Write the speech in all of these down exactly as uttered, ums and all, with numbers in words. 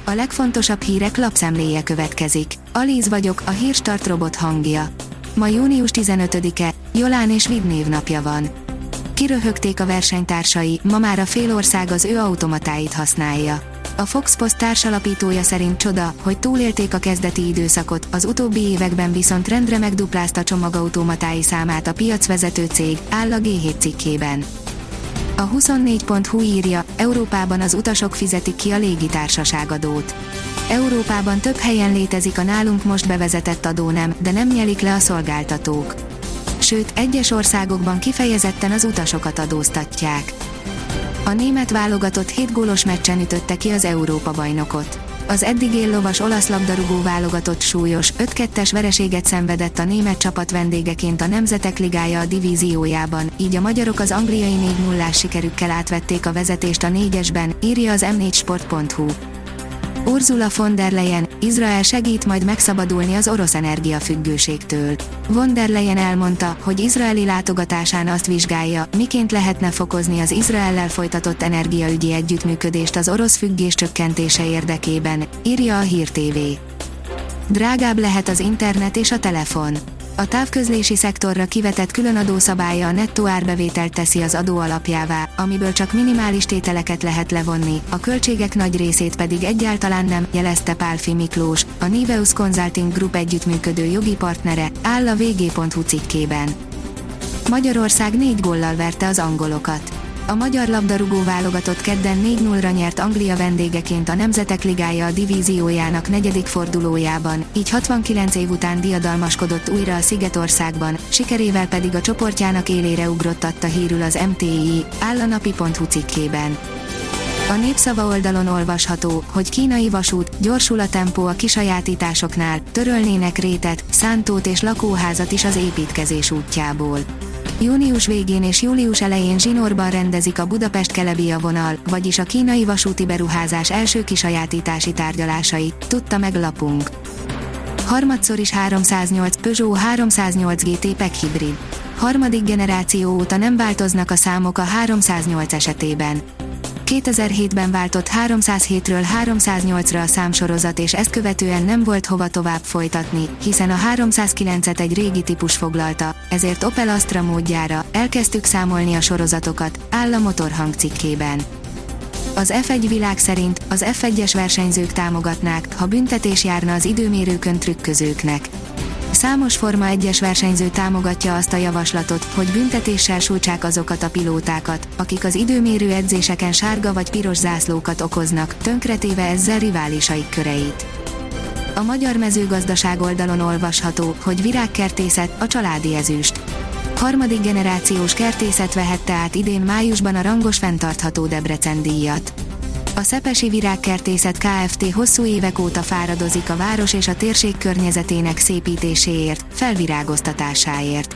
A legfontosabb hírek lapszemléje következik. Alíz vagyok, a Hírstart robot hangja. Ma június tizenötödike, Jolán és Vid névnapja van. Kiröhögték a versenytársai, ma már a fél ország az ő automatáit használja. A Fox Post társalapítója szerint csoda, hogy túlélték a kezdeti időszakot, az utóbbi években viszont rendre megduplázta csomagautomatái számát a piacvezető cég, áll a gé hét cikkében. A huszonnégy pont hu írja, Európában az utasok fizetik ki a légitársaságadót. Európában több helyen létezik a nálunk most bevezetett adónem, de nem nyelik le a szolgáltatók. Sőt, egyes országokban kifejezetten az utasokat adóztatják. A német válogatott hét gólos meccsen ütötte ki az Európa-bajnokot. Az eddig éllovas olasz labdarúgó válogatott súlyos, öt kettes vereséget szenvedett a német csapat vendégeként a Nemzetek Ligája a divíziójában, így a magyarok az angliai négy nullás sikerükkel átvették a vezetést a négyesben, írja az em négy sport pont hu. Ursula von der Leyen, Izrael segít majd megszabadulni az orosz energiafüggőségtől. Von der Leyen elmondta, hogy izraeli látogatásán azt vizsgálja, miként lehetne fokozni az Izraellel folytatott energiaügyi együttműködést az orosz függés csökkentése érdekében, írja a Hír té vé. Drágább lehet az internet és a telefon. A távközlési szektorra kivetett különadószabálya a nettó árbevételt teszi az adó alapjává, amiből csak minimális tételeket lehet levonni, a költségek nagy részét pedig egyáltalán nem, jelezte Pálffy Miklós, a Niveus Consulting Group együttműködő jogi partnere, áll a vé gé pont hu cikkében. Magyarország négy góllal verte az angolokat. A magyar labdarúgó válogatott kedden négy nullra nyert Anglia vendégeként a Nemzetek Ligája a divíziójának negyedik fordulójában, így hatvankilenc év után diadalmaskodott újra a Szigetországban, sikerével pedig a csoportjának élére ugrott, adta hírül az em té i, áll a napi pont hu cikkében. A Népszava oldalon olvasható, hogy kínai vasút, gyorsul a tempó a kisajátításoknál, törölnének rétet, szántót és lakóházat is az építkezés útjából. Június végén és július elején zsinórban rendezik a Budapest-Kelebia vonal, vagyis a kínai vasúti beruházás első kisajátítási tárgyalásait, tudta meg lapunk. Harmadszor is háromszáznyolc Peugeot háromszáznyolc gé té pek hibrid. Harmadik generáció óta nem változnak a számok a háromszáznyolc esetében. kétezer-hétben váltott háromszázhétről háromszáznyolcra a számsorozat, és ezt követően nem volt hova tovább folytatni, hiszen a háromszázkilencet egy régi típus foglalta, ezért Opel Astra módjára elkezdtük számolni a sorozatokat, áll a Motorhang cikkében. Az ef egy világ szerint az ef egyes versenyzők támogatnák, ha büntetés járna az időmérőkön trükközőknek. Számos Forma egyes versenyző támogatja azt a javaslatot, hogy büntetéssel sújtsák azokat a pilótákat, akik az időmérő edzéseken sárga vagy piros zászlókat okoznak, tönkretéve ezzel riválisaik köreit. A magyar mezőgazdaság oldalon olvasható, hogy virágkertészet, a családi ezüst. Harmadik generációs kertészet vehette át idén májusban a rangos fenntartható Debrecen díjat. A Szepesi Virágkertészet Kft. Hosszú évek óta fáradozik a város és a térség környezetének szépítéséért, felvirágoztatásáért.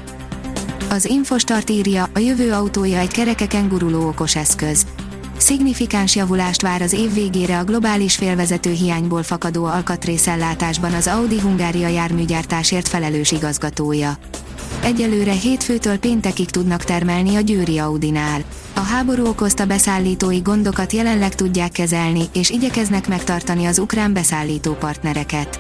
Az Infostart írja, a jövő autója egy kerekeken guruló okos eszköz. Szignifikáns javulást vár az év végére a globális félvezető hiányból fakadó alkatrészellátásban az Audi Hungária járműgyártásért felelős igazgatója. Egyelőre hétfőtől péntekig tudnak termelni a győri Audinál. A háború okozta beszállítói gondokat jelenleg tudják kezelni, és igyekeznek megtartani az ukrán beszállító partnereket.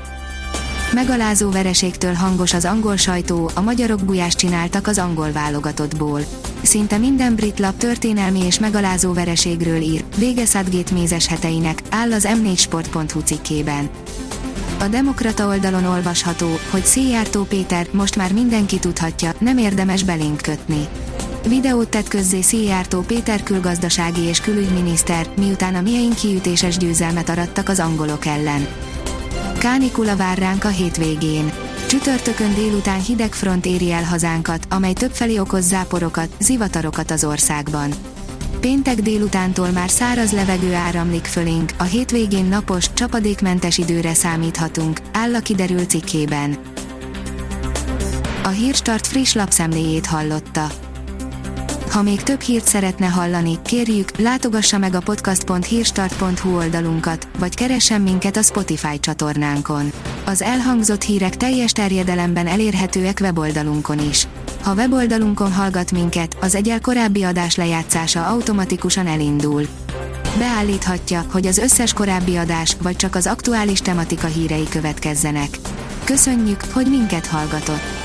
Megalázó vereségtől hangos az angol sajtó, a magyarok gulyást csináltak az angol válogatottból. Szinte minden brit lap történelmi és megalázó vereségről ír, vége Southgate mézes heteinek, áll az em négy sport pont hu cikkében. A Demokrata oldalon olvasható, hogy Szijjártó Péter, most már mindenki tudhatja, nem érdemes belénk kötni. Videót tett közzé Szijjártó Péter külgazdasági és külügyminiszter, miután a miénk kiütéses győzelmet arattak az angolok ellen. Kánikula vár ránk a hétvégén. Csütörtökön délután hideg front éri el hazánkat, amely többfelé okoz záporokat, zivatarokat az országban. Péntek délutántól már száraz levegő áramlik fölénk, a hétvégén napos, csapadékmentes időre számíthatunk, áll a Kiderül cikkében. A Hírstart friss lapszemléjét hallotta. Ha még több hírt szeretne hallani, kérjük, látogassa meg a podcast pont hírstart pont hu oldalunkat, vagy keressen minket a Spotify csatornánkon. Az elhangzott hírek teljes terjedelemben elérhetőek weboldalunkon is. Ha weboldalunkon hallgat minket, az egyel korábbi adás lejátszása automatikusan elindul. Beállíthatja, hogy az összes korábbi adás, vagy csak az aktuális tematika hírei következzenek. Köszönjük, hogy minket hallgatott!